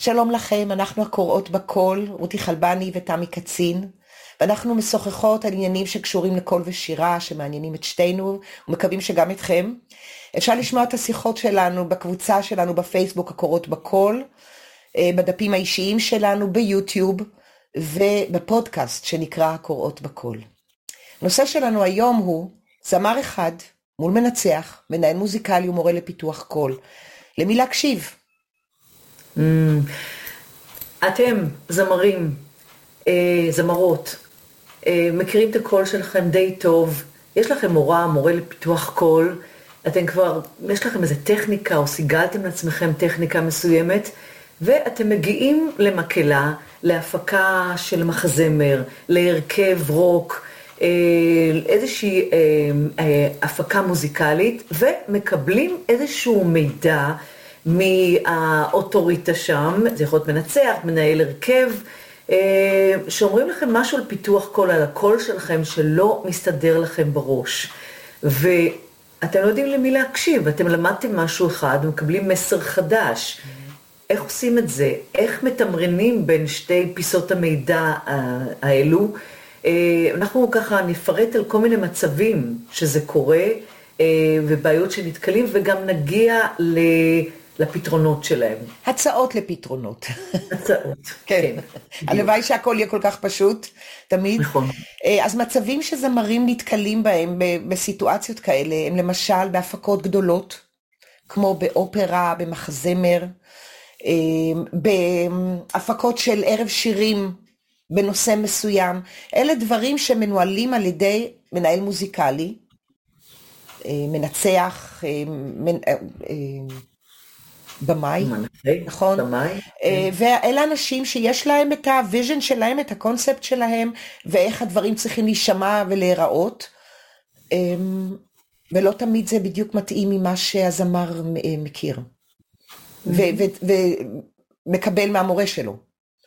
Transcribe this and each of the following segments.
שלום לכם, אנחנו הקוראות בקול, רותי חלבני ותמי קצין, ואנחנו משוחחות על עניינים שקשורים לקול ושירה, שמעניינים את שתינו, ומקווים שגם אתכם. אפשר לשמוע את השיחות שלנו בקבוצה שלנו בפייסבוק, הקוראות בקול, בדפים האישיים שלנו, ביוטיוב, ובפודקאסט שנקרא הקוראות בקול. הנושא שלנו היום הוא זמר אחד מול מנצח, מנהל מוזיקלי ומורה לפיתוח קול. למי להקשיב? אתם זמרים, זמרות, מכירים את הקול שלכם די טוב, יש לכם מורה לפיתוח קול, אתם כבר, יש לכם איזה טכניקה או סיגלתם לעצמכם טכניקה מסוימת, ואתם מגיעים למקהלה, להפקה של מחזמר, להרכב רוק, איזושהי הפקה מוזיקלית, ומקבלים איזשהו מידע מהאוטוריטה שם, זה יכול להיות מנצח, מנהל הרכב, שאומרים לכם משהו על פיתוח קול, על הקול שלכם שלא מסתדר לכם בראש. ואתם לא יודעים למי להקשיב, אתם למדתם משהו אחד ומקבלים מסר חדש. איך עושים את זה? איך מתמרנים בין שתי פיסות המידע האלו? אנחנו ככה נפרט על כל מיני מצבים שזה קורה, ובעיות שנתקלים, וגם נגיע לפתרונות שלהם. הצעות לפתרונות. הצעות. כן. הלוואי שהכל יהיה כל כך פשוט, תמיד. נכון. אז מצבים שזמרים נתקלים בהם בסיטואציות כאלה, הם למשל בהפקות גדולות, כמו באופרה, במחזמר, בהפקות של ערב שירים בנושא מסוים. אלה דברים שמנוהלים על ידי מנהל מוזיקלי, מנצח, במאי, נכון? במאי. ואלה אנשים שיש להם את הוויז'ן שלהם, את הקונספט שלהם, ואיך הדברים צריכים להישמע ולהיראות, ולא תמיד זה בדיוק מתאים ממה שהזמר מכיר, ומקבל מהמורה שלו.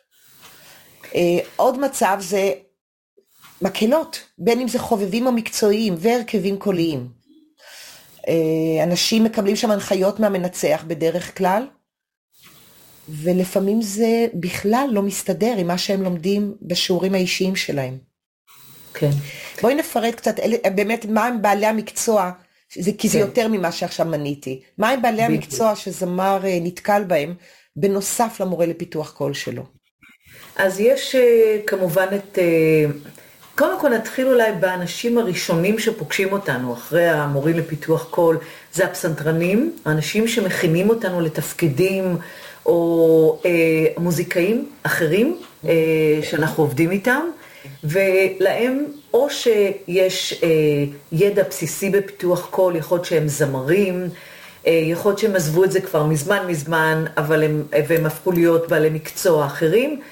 עוד מצב זה מקהלות, בין אם זה חובבים או מקצועיים, והרכבים קוליים. אנשים מקבלים שם הנחיות מהמנצח בדרך כלל, ולפעמים זה בכלל לא מסתדר עם מה שהם לומדים בשיעורים האישיים שלהם. כן. בואי נפרט קצת, באמת, מה הם בעלי המקצוע, כי זה יותר ממה שעכשיו מניתי. מה הם בעלי המקצוע שזמר נתקל בהם, בנוסף למורה לפיתוח קול שלו? אז יש כמובן קודם כל נתחיל אולי באנשים הראשונים שפוגשים אותנו אחרי המורים לפיתוח קול, זה הפסנתרנים, האנשים שמכינים אותנו לתפקידים או מוזיקאים אחרים שאנחנו עובדים איתם, ולהם או שיש ידע בסיסי בפיתוח קול, יכול להיות שהם זמרים, יכול להיות שהם עזבו את זה כבר מזמן, והם הפכו להיות בעלי מקצוע אחרים,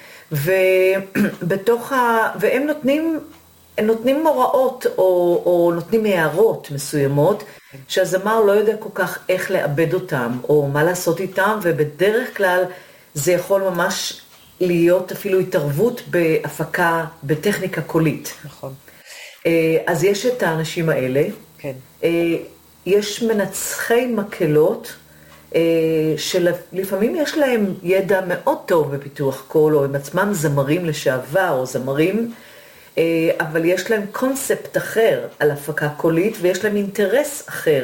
והם נותנים הוראות או נותנים הערות מסוימות, שהזמר לא יודע כל כך איך לאבד אותם, או מה לעשות איתם, ובדרך כלל זה יכול ממש להיות אפילו התערבות בהפקה, בטכניקה קולית. נכון. אז יש את האנשים האלה. כן. יש מנצחי מקהלות, שלפעמים יש להם ידע מאוד טוב בפיתוח קול, או הם עצמם זמרים לשעבר, או זמרים, אבל יש להם קונספט אחר על הפקה קולית, ויש להם אינטרס אחר.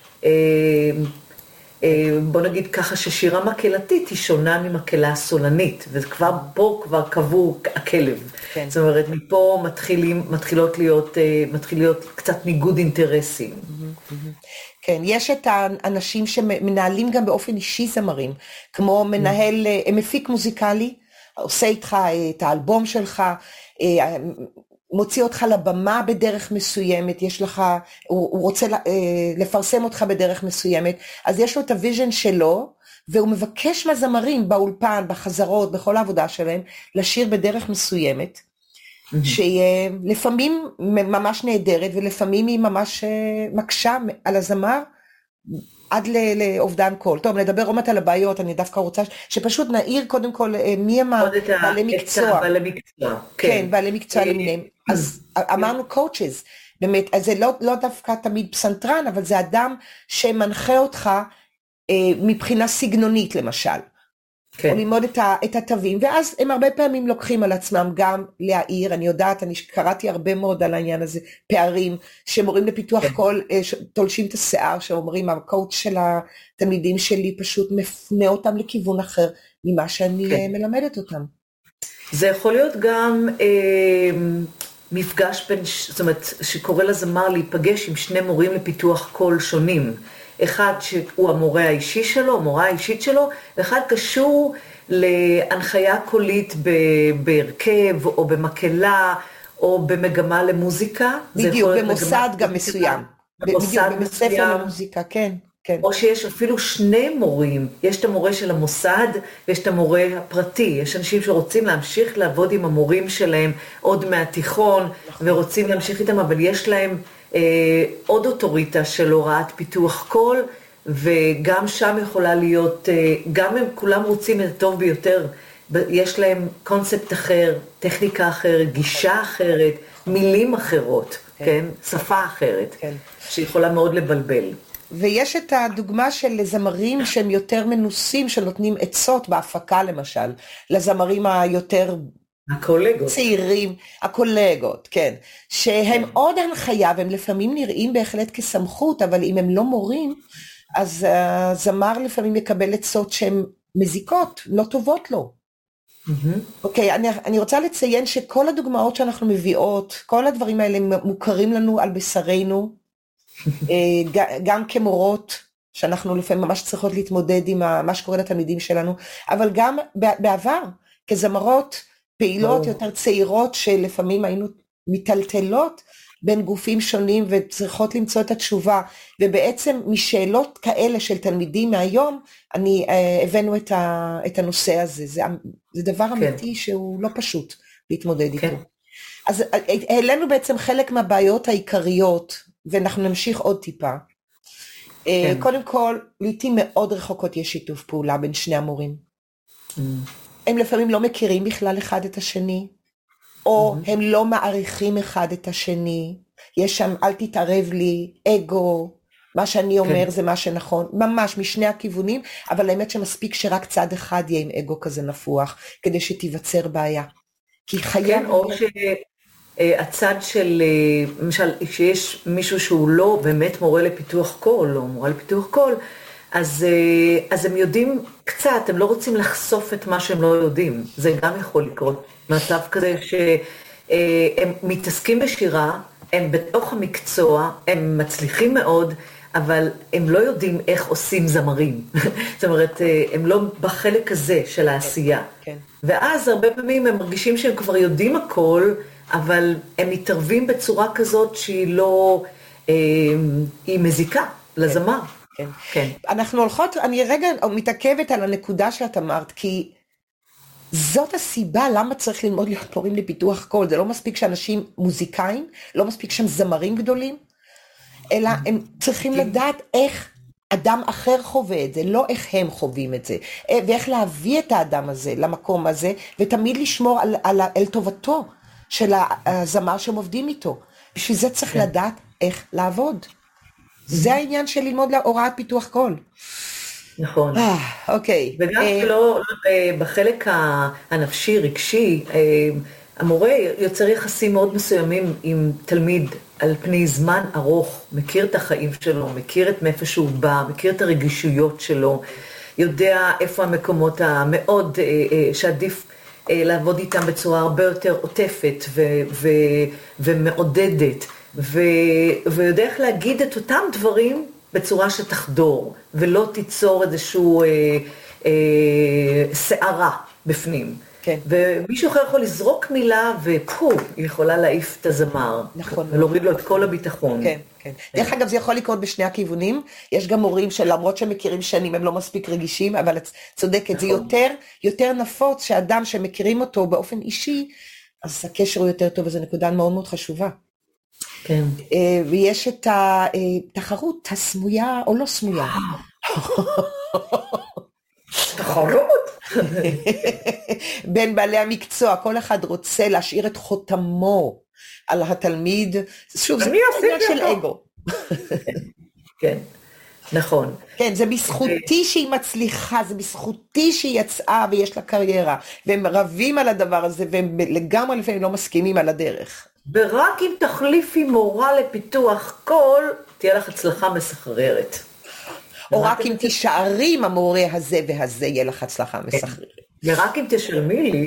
בוא נגיד ככה ששירה מקהלתית היא שונה ממקהלה סולנית, וכבר פה כבר קבעו הכלב. כן. זאת אומרת, מפה מתחיל להיות קצת ניגוד אינטרסים. כן, יש את האנשים שמנהלים גם באופן אישי זמרים, כמו מנהל, מפיק מוזיקלי, עושה איתך את האלבום שלך, מוציא אותך לבמה בדרך מסוימת, הוא רוצה לפרסם אותך בדרך מסוימת, אז יש לו את הוויז'ן שלו, והוא מבקש מהזמרים באולפן, בחזרות, בכל העבודה שלהם, לשיר בדרך מסוימת, שלפעמים ממש נהדרת, ולפעמים היא ממש מקשה על הזמר, עד לאובדן קול. טוב, נדבר עוד מעט על הבעיות, אני דווקא רוצה שפשוט נעיר קודם כל מי הם בעלי מקצוע. בעלי מקצוע, כן, בעלי מקצוע למיניהם. אז אמרנו coaches, באמת, אז זה לא דווקא תמיד פסנתרן, אבל זה אדם שמנחה אותך מבחינה סגנונית למשל. או ללמוד את התווים, ואז הם הרבה פעמים לוקחים על עצמם גם להעיר. אני יודעת, אני קראתי הרבה מאוד על העניין הזה, פערים שמורים לפיתוח קול תולשים את השיער, שאומרים הקואוצ' של התלמידים שלי פשוט מפנה אותם לכיוון אחר ממה שאני מלמדת אותם. זה יכול להיות גם מפגש בין, זאת אומרת, שקורא לזמר להיפגש עם שני מורים לפיתוח קול שונים. אחד שהוא המורה האישי שלו, המורה האישית שלו, ואחד קשור להנחיה קולית בהרכב, או במקהלה, או במגמה למוזיקה. בדיוק, במוסד גם מסוים. במוסד מסוים. למוזיקה, כן. כן. או שיש אפילו שני מורים, יש את המורה של המוסד ויש את המורה הפרטי, יש אנשים שרוצים להמשיך לעבוד עם המורים שלהם עוד מהתיכון, ורוצים להמשיך איתם, אבל יש להם עוד אוטוריטה של הוראת פיתוח קול, וגם שם יכולה להיות, גם הם כולם רוצים את הטוב ביותר, יש להם קונספט אחר, טכניקה אחרת, גישה אחרת, מילים אחרות, כן? שפה אחרת, שיכולה מאוד לבלבל. ויש את הדוגמה של זמרים שהם יותר מנוסים, שנותנים עצות בהפקה למשל, לזמרים היותר הקולגות. צעירים, הקולגות, כן, שהם עוד הנחיה, והם לפעמים נראים בהחלט כסמכות, אבל אם הם לא מורים, אז הזמר לפעמים יקבל עצות שהן מזיקות, לא טובות לו. אוקיי, אני רוצה לציין שכל הדוגמאות שאנחנו מביאות, כל הדברים האלה מוכרים לנו על בשרנו, גם כמורות, שאנחנו לפעמים ממש צריכות להתמודד עם מה שקורה לתלמידים שלנו, אבל גם בעבר, כזמרות פעילות יותר צעירות, שלפעמים היינו מטלטלות בין גופים שונים, וצריכות למצוא את התשובה, ובעצם משאלות כאלה של תלמידים מהיום, הבאנו את הנושא הזה, זה דבר אמיתי שהוא לא פשוט להתמודד איתו. אז העלינו בעצם חלק מהבעיות העיקריות, ואנחנו נמשיך עוד טיפה. קודם כל, לעתים מאוד רחוקות יש שיתוף פעולה בין שני המורים. הם לפעמים לא מכירים בכלל אחד את השני, או הם לא מעריכים אחד את השני, יש שם אל תתערב לי, אגו, מה שאני אומר זה מה שנכון, ממש משני הכיוונים, אבל האמת שמספיק שרק צד אחד יהיה עם אגו כזה נפוח, כדי שתיווצר בעיה. כי חייב... הצד של, למשל, כשיש מישהו שהוא לא באמת מורה לפיתוח קול, או מורה לפיתוח קול, אז הם יודעים קצת, הם לא רוצים לחשוף את מה שהם לא יודעים. זה גם יכול לקרות. מצב כזה שהם מתעסקים בשירה, הם בתוך המקצוע, הם מצליחים מאוד, אבל הם לא יודעים איך עושים זמרים. זאת אומרת, הם לא בחלק הזה של העשייה. ואז הרבה פעמים הם מרגישים שהם כבר יודעים הכל, אבל הם מתערבים בצורה כזאת שהיא לא, היא מזיקה לזמר. כן. כן. אנחנו הולכות, אני רגע מתעכבת על הנקודה שאת אמרת, כי זאת הסיבה למה צריך ללמוד להיות מורים לפיתוח קול. זה לא מספיק שאנשים מוזיקאים, לא מספיק שהם זמרים גדולים, אלא הם צריכים לדעת איך אדם אחר חווה את זה, לא איך הם חווים את זה, ואיך להביא את האדם הזה למקום הזה, ותמיד לשמור על טובתו של הזמר שהם עובדים איתו. בשביל זה צריך לדעת איך לעבוד. זה העניין של ללמוד להוראת פיתוח קול. נכון. אוקיי. וגם שלא, בחלק הנפשי, רגשי, המורה יוצר יחסים מאוד מסוימים עם תלמיד על פני זמן ארוך, מכיר את החיים שלו, מכיר את מאיפה שהוא בא, מכיר את הרגישויות שלו, יודע איפה המקומות המאוד שעדיף לעבוד איתם בצורה הרבה יותר עוטפת ומעודדת, ויודע איך להגיד את אותם דברים בצורה שתחדור, ולא תיצור איזשהו שערה בפנים. כן. ומישהו אחר יכול לזרוק מילה, ופו, היא יכולה להעיף את הזמר. נכון. ולהוריד לו את כל הביטחון. כן, כן. דרך אגב, זה יכול לקרות בשני הכיוונים. יש גם מורים שלמרות שהם מכירים שנים, הם לא מספיק רגישים, אבל את צודקת, זה יותר נפוץ שאדם שמכירים אותו באופן אישי, אז הקשר הוא יותר טוב, וזו נקודה מאוד מאוד חשובה. כן. ויש את התחרות הסמויה או לא סמויה. תחרות? בין בעלי המקצוע, כל אחד רוצה להשאיר את חותמו על התלמיד. שוב, זה עניין של אגו. כן. נכון. כן, זה בזכותי שהיא מצליחה, זה בזכותי שהיא יצאה ויש לה קריירה, והם רבים על הדבר הזה, והם לגמרי לפעמים לא מסכימים על הדרך. ורק אם תחליפי מורה לפיתוח קול, תהיה לך הצלחה מסחררת. או רק אם תישארי עם המורה הזה והזה, יהיה לך הצלחה מסחררת. ורק אם תשלמי לי.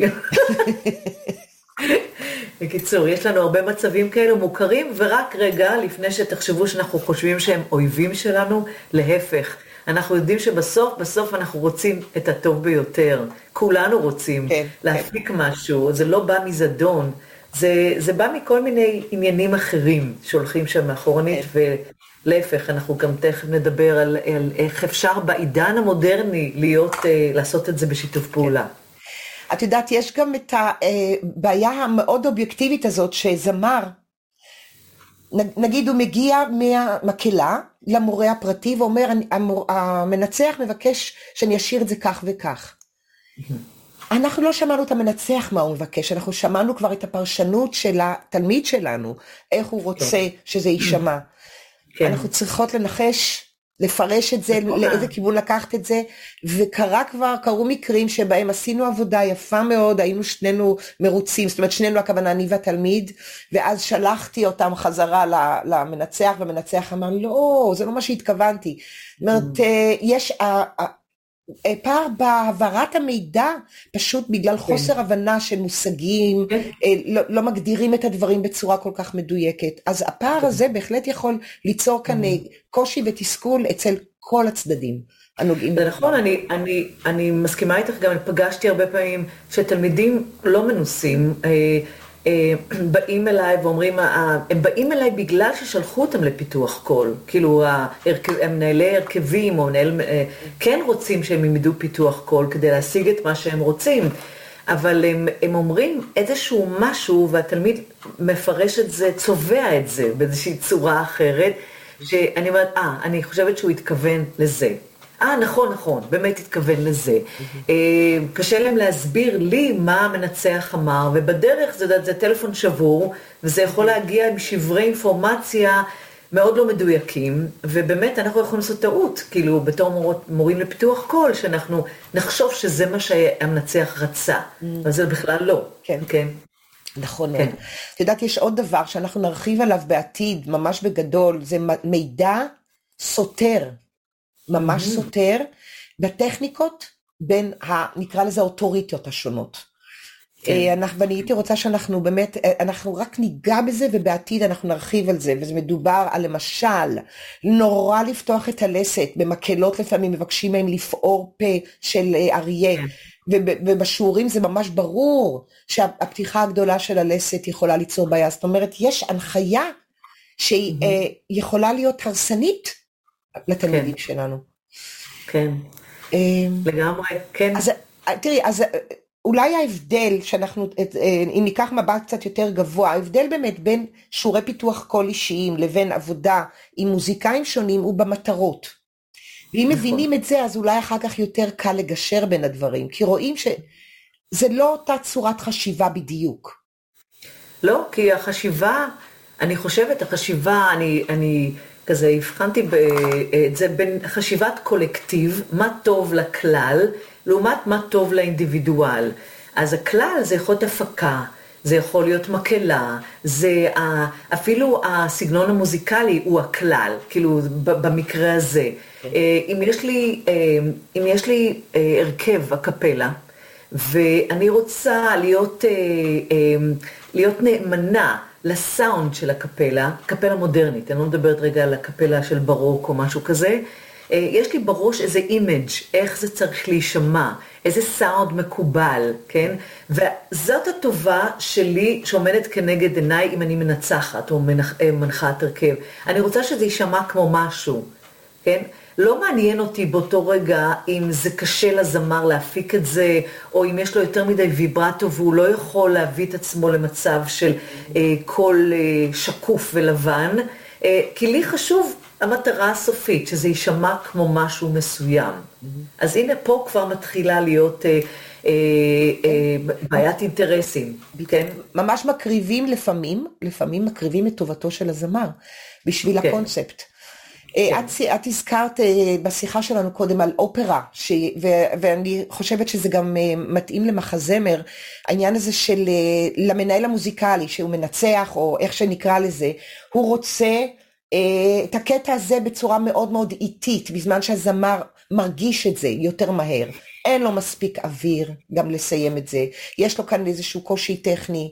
בקיצור, יש לנו הרבה מצבים כאלו מוכרים, ורק רגע לפני שתחשבו שאנחנו חושבים שהם אויבים שלנו, להפך. אנחנו יודעים בסוף אנחנו רוצים את הטוב ביותר. כולנו רוצים להפיק משהו, זה לא בא מזדון, זה בא מכל מיני עניינים אחרים שהולכים שם מאחורנית, ולהפך, אנחנו גם תכף נדבר על איך אפשר בעידן המודרני לעשות את זה בשיתוף פעולה. את יודעת, יש גם את הבעיה המאוד אובייקטיבית הזאת שזמר, נגיד הוא מגיע מהמקהלה למורה הפרטי ואומר, המנצח מבקש שאני אשאיר את זה כך וכך. אנחנו לא שמענו את המנצח מה הוא מבקש, אנחנו שמענו כבר את הפרשנות של התלמיד שלנו, איך הוא רוצה שזה יישמע. אנחנו צריכות לנחש, לפרש את זה, לאיזה כיוון לקחת את זה, קרו מקרים שבהם עשינו עבודה יפה מאוד, היינו שנינו מרוצים, זאת אומרת שנינו הכוונה אני והתלמיד, ואז שלחתי אותם חזרה למנצח, והמנצח אמר, לא, זה לא מה שהתכוונתי. זאת אומרת, יש פער בהעברת המידע, פשוט בגלל חוסר הבנה של מושגים, לא מגדירים את הדברים בצורה כל כך מדויקת. אז הפער הזה בהחלט יכול ליצור כאן קושי ותסכול אצל כל הצדדים הנוגעים. זה נכון, אני מסכימה איתך, גם פגשתי הרבה פעמים שתלמידים לא מנוסים, באים אליי ואומרים, הם באים אליי בגלל ששלחו אותם לפיתוח קול, כאילו מנהלי הרכבים או כן רוצים שהם ילמדו פיתוח קול כדי להשיג את מה שהם רוצים, אבל הם אומרים איזשהו משהו והתלמיד מפרש את זה, צובע את זה באיזושהי צורה אחרת, שאני אומרת, אני חושבת שהוא התכוון לזה. נכון, באמת התכוון לזה. קשה להם להסביר לי מה המנצח אמר, ובדרך זה טלפון שבור, וזה יכול להגיע עם שברי אינפורמציה מאוד לא מדויקים, ובאמת אנחנו יכולים לעשות טעות, כאילו בתור מורים לפיתוח קול, שאנחנו נחשוב שזה מה שהמנצח רצה, אבל זה בכלל לא. כן. נכון. את יודעת, יש עוד דבר שאנחנו נרחיב עליו בעתיד, ממש בגדול, זה מידע סותר. ממש סותר, בטכניקות בין, נקרא לזה, האוטוריטיות השונות. ואני הייתי רוצה שאנחנו באמת, אנחנו רק ניגע בזה, ובעתיד אנחנו נרחיב על זה, וזה מדובר על למשל, נורא לפתוח את הלסת, במקהלות לפעמים מבקשים מהם לפעור פה של אריה, ובשיעורים זה ממש ברור, שהפתיחה הגדולה של הלסת יכולה ליצור בעיה, זאת אומרת, יש הנחיה, שהיא יכולה להיות הרסנית, לתלמידים שלנו. כן, לגמרי, כן. אז תראי, אז אולי ההבדל שאנחנו, אם ניקח מבט קצת יותר גבוה, ההבדל באמת בין שיעורי פיתוח קול אישיים לבין עבודה עם מוזיקאים שונים הוא במטרות. ואם מבינים את זה, אז אולי אחר כך יותר קל לגשר בין הדברים, כי רואים שזה לא אותה צורת חשיבה בדיוק. לא, כי החשיבה, אני חושבת, אני כזה הבחנתי את זה בין חשיבת קולקטיב, מה טוב לכלל, לעומת מה טוב לאינדיבידואל. אז הכלל זה יכול להיות הפקה, זה יכול להיות מקהלה, אפילו הסגנון המוזיקלי הוא הכלל, כאילו במקרה הזה. אם יש לי הרכב הקפלה, ואני רוצה להיות נאמנה, לסאונד של הקפלה, קפלה מודרנית, אני לא מדברת רגע על הקפלה של ברוק או משהו כזה, יש לי בראש איזה אימג', איך זה צריך להישמע, איזה סאונד מקובל, כן? וזאת הטובה שלי שעומדת כנגד עיניי אם אני מנצחת או מנחת הרכב. אני רוצה שזה יישמע כמו משהו, כן? לא מעניין אותי באותו רגע אם זה קשה לזמר להפיק את זה, או אם יש לו יותר מדי ויברטו והוא לא יכול להביא את עצמו למצב של קול שקוף ולבן, כי לי חשוב המטרה הסופית, שזה יישמע כמו משהו מסוים. אז הנה פה כבר מתחילה להיות בעיית אינטרסים. כן? ממש מקריבים לפעמים מקריבים את טובתו של הזמר, בשביל הקונספט. את הזכרת בשיחה שלנו קודם על אופרה, ואני חושבת שזה גם מתאים למחזמר, העניין הזה של למנהל המוזיקלי שהוא מנצח, או איך שנקרא לזה, הוא רוצה את הקטע הזה בצורה מאוד מאוד איטית, בזמן שהזמר מרגיש את זה יותר מהר. אין לו מספיק אוויר גם לסיים את זה. יש לו כאן איזשהו קושי טכני.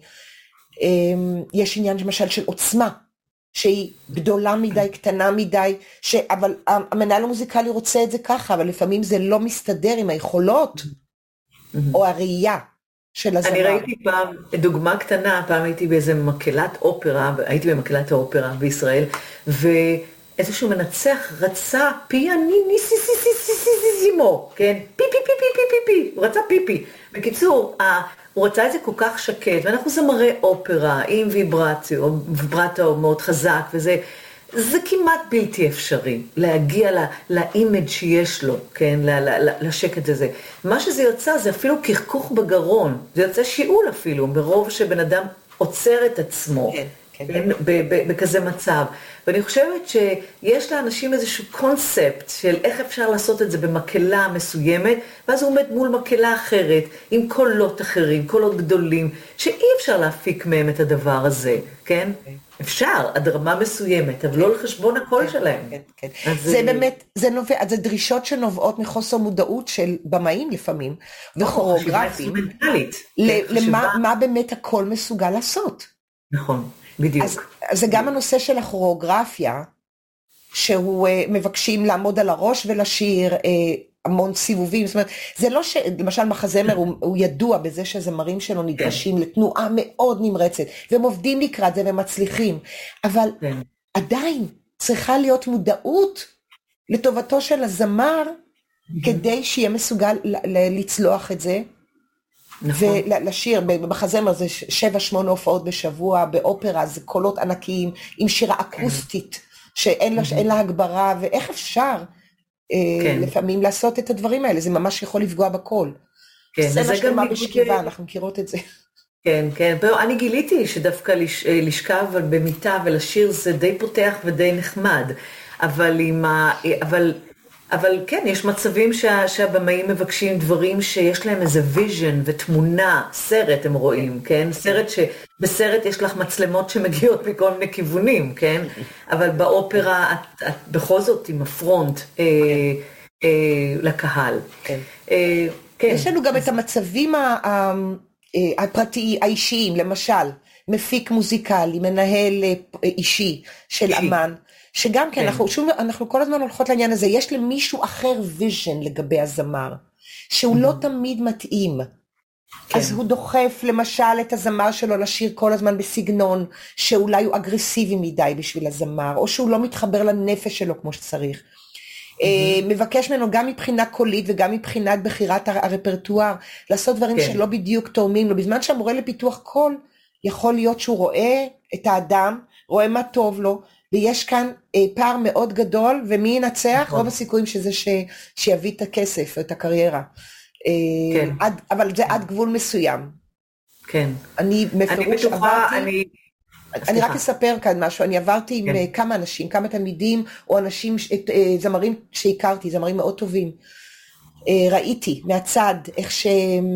יש עניין למשל של עוצמה, שהיא גדולה מדי, קטנה מדי, אבל המנהל המוזיקלי רוצה את זה ככה, אבל לפעמים זה לא מסתדר עם היכולות, או הראייה של הזמר. אני ראיתי פעם, דוגמה קטנה, פעם הייתי באיזה מקהלת אופרה, הייתי במקהלת האופרה בישראל, ואיזשהו מנצח רצה פיאניניסיסיסיסיסיסימו, כן? פי פי פי פי פי פי פי, הוא רצה פי פי. בקיצור, הוא רצה את זה כל כך שקט, ואנחנו זמרי אופרה עם ויברטו מאוד חזק, וזה כמעט בלתי אפשרי להגיע לאימג' שיש לו, כן? לשקט הזה. מה שזה יוצא זה אפילו קרקוך בגרון, זה יוצא שיעול אפילו, ברוב שבן אדם עוצר את עצמו. כן. כן, בכזה מצב. ואני חושבת שיש לאנשים איזשהו קונספט של איך אפשר לעשות את זה במקהלה מסוימת, ואז הוא עומד מול מקהלה אחרת, עם קולות אחרים, קולות גדולים, שאי אפשר להפיק מהם את הדבר הזה, כן? אפשר, עד רמה מסוימת, אבל לא לחשבון הקול שלהם. זה באמת, זה דרישות שנובעות מחוסר מודעות של במאים לפעמים, וכוריאוגרפים, למה באמת הקול מסוגל לעשות. נכון. בדיוק. אז זה גם הנושא של הכוריאוגרפיה, שהוא מבקשים לעמוד על הראש ולשיר המון סיבובים, זאת אומרת, זה לא למשל מחזמר הוא ידוע בזה שהזמרים שלו נדרשים לתנועה מאוד נמרצת, והם עובדים לקראת זה ומצליחים, אבל עדיין צריכה להיות מודעות לטובתו של הזמר, כדי שיהיה מסוגל לצלוח את זה, ולשיר, במחזמר זה 7-8 הופעות בשבוע, באופרה זה קולות ענקיים, עם שירה אקוסטית, שאין לה הגברה, ואיך אפשר לפעמים לעשות את הדברים האלה, זה ממש יכול לפגוע בקול. זה מה שלמה בשכיבה, אנחנו מכירות את זה. כן, כן, אני גיליתי שדווקא לשכב במיטה ולשיר זה די פותח ודי נחמד, אבל כן, יש מצבים שהבמאים מבקשים דברים שיש להם איזה ויז'ן ותמונה, סרט הם רואים, כן? סרט שבסרט יש לך מצלמות שמגיעות מכל מיני כיוונים, כן? אבל באופרה את בכל זאת עם הפרונט לקהל. כן. יש לנו גם את המצבים הפרטיים, האישיים, למשל, מפיק מוזיקלי, מנהל אישי של אמן, שגם כן, אנחנו כל הזמן הולכות לעניין הזה, יש למישהו אחר ויז'ן לגבי הזמר, שהוא לא תמיד מתאים, אז הוא דוחף למשל את הזמר שלו לשיר כל הזמן בסגנון, שאולי הוא אגרסיבי מדי בשביל הזמר, או שהוא לא מתחבר לנפש שלו כמו שצריך, מבקש ממנו גם מבחינה קולית וגם מבחינת בחירת הרפרטואר, לעשות דברים שלא בדיוק תורמים לו, בזמן שהמורה לפיתוח קול, יכול להיות שהוא רואה את האדם, רואה מה טוב לו, ויש כאן פער מאוד גדול, ומי ינצח? רוב הסיכויים שזה שיביא את הכסף, את הקריירה. כן. אבל זה עד גבול מסוים. כן. אני מפרוש עברתי, אני רק אספר כאן משהו, אני עברתי עם כמה אנשים, כמה תלמידים, או אנשים, זמרים שהכרתי, זמרים מאוד טובים. ראיתי מהצד איך שהם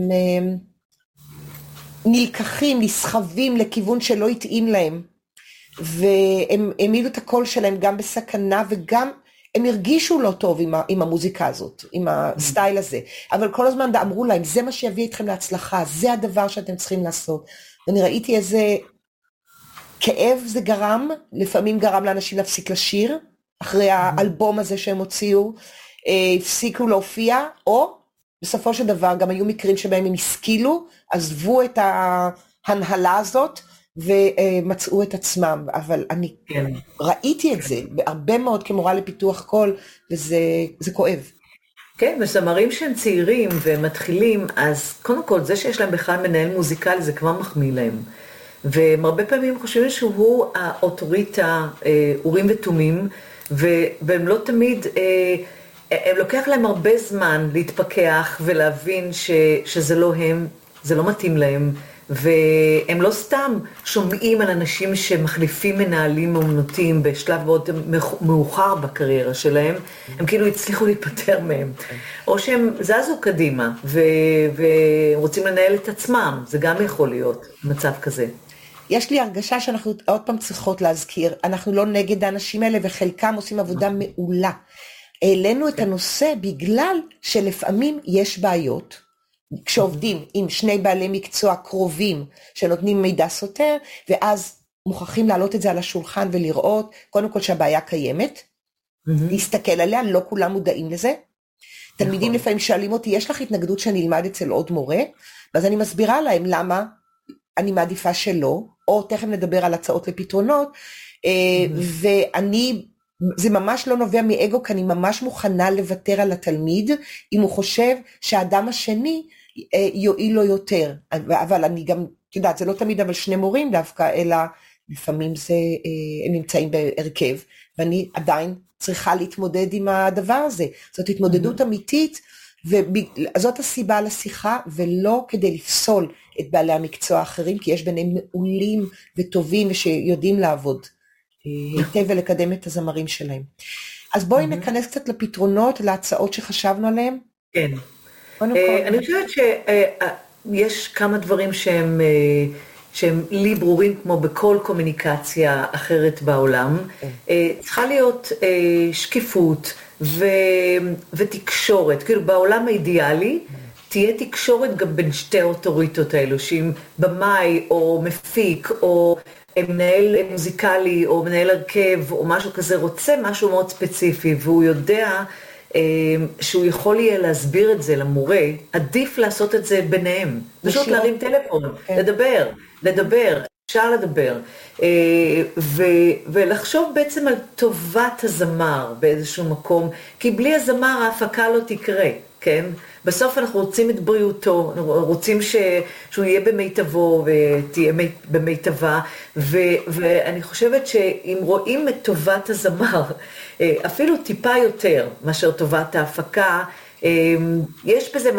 נלקחים, נסחבים לכיוון שלא התאים להם, והם העמידו את הקול שלהם גם בסכנה, וגם הם הרגישו לא טוב עם המוזיקה הזאת, עם הסטייל הזה, אבל כל הזמן אמרו להם, זה מה שיביא אתכם להצלחה, זה הדבר שאתם צריכים לעשות. ואני ראיתי איזה כאב זה גרם, לפעמים גרם לאנשים להפסיק לשיר, אחרי האלבום הזה שהם הוציאו, הפסיקו להופיע, או בסופו של דבר גם היו מקרים שבהם הם השכילו, עזבו את ההנהלה הזאת, ומצאו את עצמם, אבל אני ראיתי את זה, בהרבה מאוד כמורה לפיתוח קול, וזה כואב. כן, וזמרים שהם צעירים ומתחילים, אז קודם כל, זה שיש להם בכלל מנהל מוזיקלי, זה כבר מחמיא להם. והם הרבה פעמים חושבים שהוא האוטוריטה, אורים ותומים, והם לא תמיד, הם לוקח להם הרבה זמן להתפכח ולהבין שזה לא הם, זה לא מתאים להם, והם לא סתם שומעים על אנשים שמחליפים מנהלים אומנותיים בשלב מאוד מאוחר בקריירה שלהם, הם כאילו הצליחו להיפטר מהם. או שהם זזו קדימה ורוצים לנהל את עצמם, זה גם יכול להיות מצב כזה. יש לי הרגשה שאנחנו עוד פעם צריכות להזכיר, אנחנו לא נגד האנשים האלה וחלקם עושים עבודה מעולה. העלינו את הנושא בגלל שלפעמים יש בעיות, כשעובדים עם שני בעלי מקצוע קרובים שנותנים מידע סותר, ואז מוכרחים להעלות את זה על השולחן ולראות, קודם כל שהבעיה קיימת, להסתכל עליה, לא כולם מודעים לזה. תלמידים לפעמים שואלים אותי, יש לך התנגדות שאני אלמד אצל עוד מורה? ואז אני מסבירה להם למה אני מעדיפה שלא, או תכף נדבר על הצעות לפתרונות, ואני, זה ממש לא נובע מאגו, כי אני ממש מוכנה לוותר על התלמיד, אם הוא חושב שהאדם השני יועיל לו יותר. אבל אני גם, יודעת, זה לא תמיד אבל שני מורים דווקא, אלא לפעמים זה, הם נמצאים בהרכב, ואני עדיין צריכה להתמודד עם הדבר הזה. זאת התמודדות אמיתית, וזאת הסיבה לשיחה, ולא כדי לפסול את בעלי המקצוע האחרים, כי יש ביניהם מעולים וטובים, ושיודעים לעבוד היטב ולקדם את הזמרים שלהם. אז בואי נכנס קצת לפתרונות, להצעות שחשבנו עליהם. כן. אני חושבת שיש כמה דברים שהם לי ברורים, כמו בכל קומוניקציה אחרת בעולם. צריכה להיות שקיפות ותקשורת. כאילו בעולם האידיאלי, תהיה תקשורת גם בין שתי האוטוריטות האלו, שאם במאי או מפיק או מנהל מוזיקלי או מנהל הרכב או משהו כזה רוצה משהו מאוד ספציפי, והוא יודע שהוא יכול יהיה להסביר את זה למורה, עדיף לעשות את זה ביניהם. פשוט להרים טלפון, לדבר, אפשר לדבר, ולחשוב בעצם על טובת הזמר באיזשהו מקום, כי בלי הזמר ההפקה לא תקרה, כן? בסוף אנחנו רוצים את בריאותו, רוצים שהוא יהיה במיטבו ותהיה במיטבה, ואני חושבת שאם רואים את טובת הזמר, אפילו טיפה יותר מאשר טובת ההפקה, יש בזה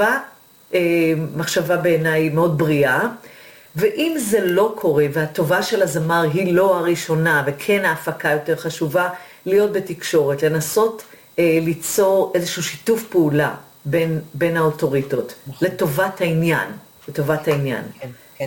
מחשבה בעיניי מאוד בריאה, ואם זה לא קורה והטובה של הזמר היא לא הראשונה וכן ההפקה יותר חשובה, להיות בתקשורת, לנסות ליצור איזשהו שיתוף פעולה בין האוטוריטות, לטובת העניין, כן, כן.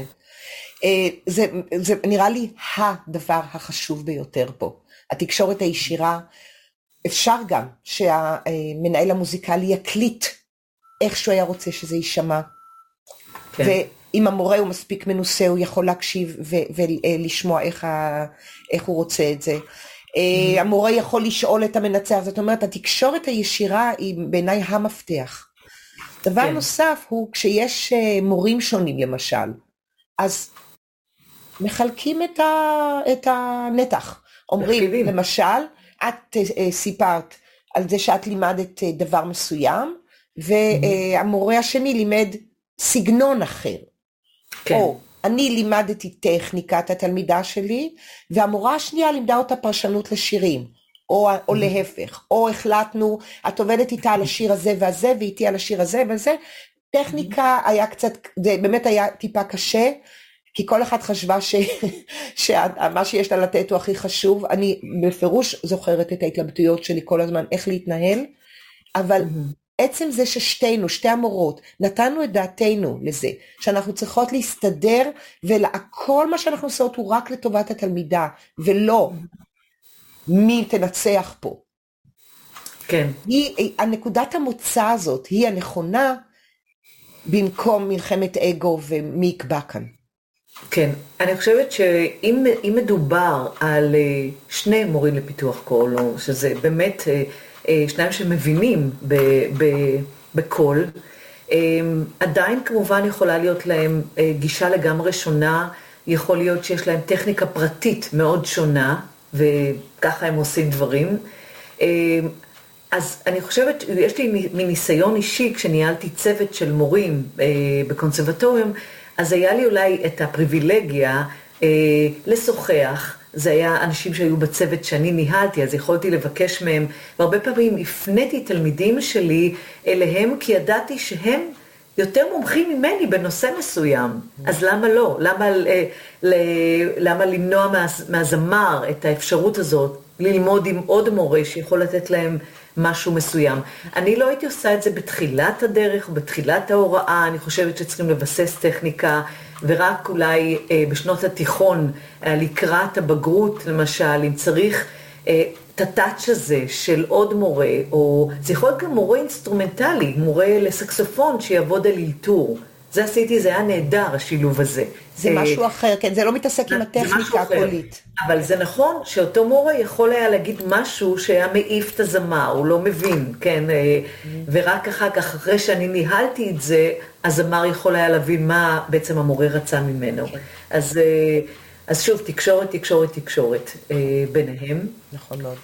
זה נראה לי הדבר החשוב ביותר פה. התקשורת הישירה, אפשר גם שהמנהל המוזיקלי יקליט איך שהוא היה רוצה שזה יישמע. כן. ואם המורה הוא מספיק מנוסה, הוא יכול להקשיב ולשמוע איך הוא רוצה את זה. המורה יכול לשאול את המנצח, זאת אומרת, התקשורת הישירה היא בעיניי המפתח. דבר נוסף הוא, כשיש מורים שונים למשל, אז מחלקים את הנתח. אומרים, למשל, את סיפרת על זה שאת לימדת דבר מסוים, והמורה השני לימד סגנון אחר. או אני לימדתי טכניקת התלמידה שלי, והמורה השנייה לימדה אותה פרשנות לשירים, או להפך, או החלטנו, את עובדת איתה על השיר הזה והזה, ואיתי על השיר הזה וזה, טכניקה היה קצת, זה באמת היה טיפה קשה, כי כל אחד חשבה שמה שיש לה לתת הוא הכי חשוב, אני בפירוש זוכרת את ההתלבטויות שלי כל הזמן, איך להתנהל, אבל עצם זה ששתינו, שתי המורות, נתנו את דעתנו לזה, שאנחנו צריכות להסתדר, וכל מה שאנחנו עושות הוא רק לטובת התלמידה, ולא מי תנצח פה. כן. הנקודת המוצא הזאת היא הנכונה, במקום מלחמת אגו ומי יקבע כאן. כן, אני חושבת שאם מדובר על שני מורים לפיתוח קול, או שזה באמת שניים שמבינים בקול, עדיין כמובן יכולה להיות להם גישה לגמרי שונה, יכול להיות שיש להם טכניקה פרטית מאוד שונה, וככה הם עושים דברים. אז אני חושבת, יש לי מניסיון אישי, כשניהלתי צוות של מורים בקונסרבטוריום, אז היה לי אולי את הפריבילגיה לשוחח, זה היה אנשים שהיו בצוות שאני ניהלתי, אז יכולתי לבקש מהם, והרבה פעמים הפניתי תלמידים שלי אליהם, כי ידעתי שהם יותר מומחים ממני בנושא מסוים, אז למה לא? למה למנוע מהזמר את האפשרות הזאת, ללמוד עם עוד מורה שיכול לתת להם משהו מסוים? אני לא הייתי עושה את זה בתחילת הדרך, בתחילת ההוראה, אני חושבת שצריכים לבסס טכניקה, ורק אולי בשנות התיכון, לקראת הבגרות, למשל, אם צריך את הטאץ' הזה של עוד מורה, או זה יכול להיות גם מורה אינסטרומנטלי, מורה לסקסופון שיעבוד על אלתור. זה עשיתי, זה היה נהדר, השילוב הזה. זה משהו אחר, כן, זה לא מתעסק עם הטכניקה הקולית. אבל זה נכון שאותו מורה יכול היה להגיד משהו שהיה מעיף את הזמר, הוא לא מבין, כן, ורק אחר כך, אחרי שאני ניהלתי את זה, הזמר יכול היה להבין מה בעצם המורה רצה ממנו. אז שוב, תקשורת ביניהם. נכון מאוד.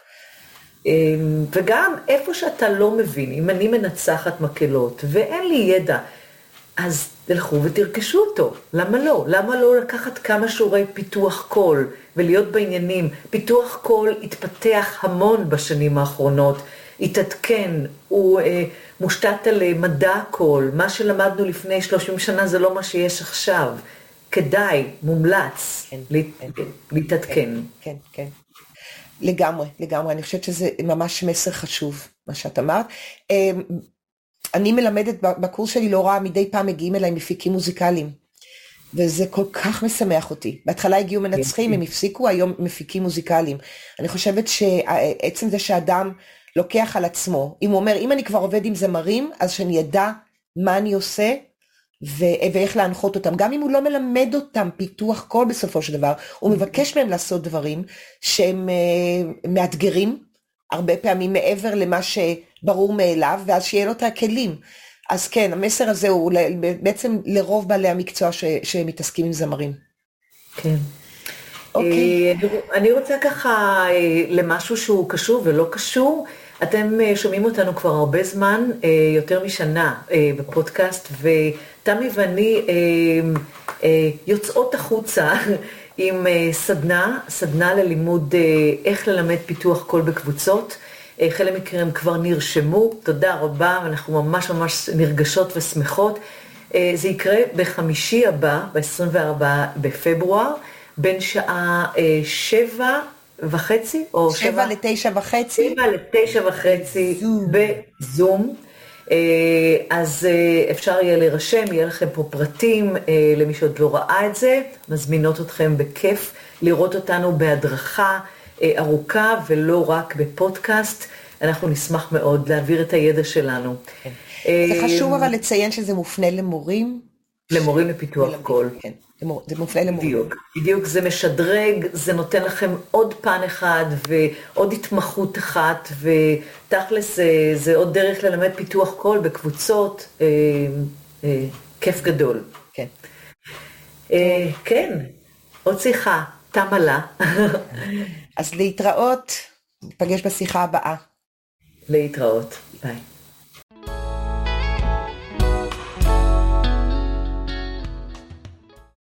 וגם איפה שאתה לא מבין, אם אני מנצחת מקהלות ואין לי ידע, אז תלכו ותרכשו אותו. למה לא? למה לא לקחת כמה שיעורי פיתוח קול ולהיות בעניינים? פיתוח קול התפתח המון בשנים האחרונות, התעדכן, הוא מושתת על מדע קול. מה שלמדנו לפני 30 שנה זה לא מה שיש עכשיו. כדאי, מומלץ, להתעדכן. כן, כן. לגמרי. אני חושבת שזה ממש מסר חשוב, מה שאת אמרת. אני מלמדת בקורס שלי לא רע, מדי פעם מגיעים אליי מפיקים מוזיקליים, וזה כל כך משמח אותי. בהתחלה הגיעו מנצחים, הם הפסיקו, היום מפיקים מוזיקליים. אני חושבת שעצם זה שאדם לוקח על עצמו, אם הוא אומר, אם אני כבר עובד עם זמרים, אז שאני ידע מה אני עושה, ואיך להנחות אותם, גם אם הוא לא מלמד אותם פיתוח קול בסופו של דבר, הוא מבקש מהם לעשות דברים שהם מאתגרים, הרבה פעמים מעבר למה שברור מאליו, ואז שיהיה לו את הכלים. אז כן, המסר הזה הוא בעצם לרוב בעלי המקצוע שמתעסקים עם זמרים. כן. אוקיי. אני רוצה ככה למשהו שהוא קשור ולא קשור, אתם שומעים אותנו כבר הרבה זמן, יותר משנה בפודקאסט, ותמי ואני יוצאות החוצה עם סדנה ללימוד איך ללמד פיתוח קול בקבוצות. חלק מכם כבר נרשמו, תודה רבה, אנחנו ממש נרגשות ושמחות. זה יקרה בחמישי הבא, ב-24 בפברואר, בין שעה 7:30 או 7 ל-9:30. 7 ל-9:30 בזום. אז אפשר יהיה להירשם, יהיה לכם פה פרטים, למי שעוד לא ראה את זה, מזמינות אתכם בכיף לראות אותנו בהדרכה ארוכה ולא רק בפודקאסט. אנחנו נשמח מאוד להעביר את הידע שלנו. זה חשוב אבל לציין שזה מופנה למורים. למורים לפיתוח קול. כן, זה מופנה למורים. בדיוק, זה משדרג, זה נותן לכם עוד פן אחד ועוד התמחות אחת, ותכלס זה עוד דרך ללמד פיתוח קול בקבוצות, כיף גדול. כן. כן, עוד שיחה, תמה לה. אז להתראות, נפגש בשיחה הבאה. להתראות, ביי.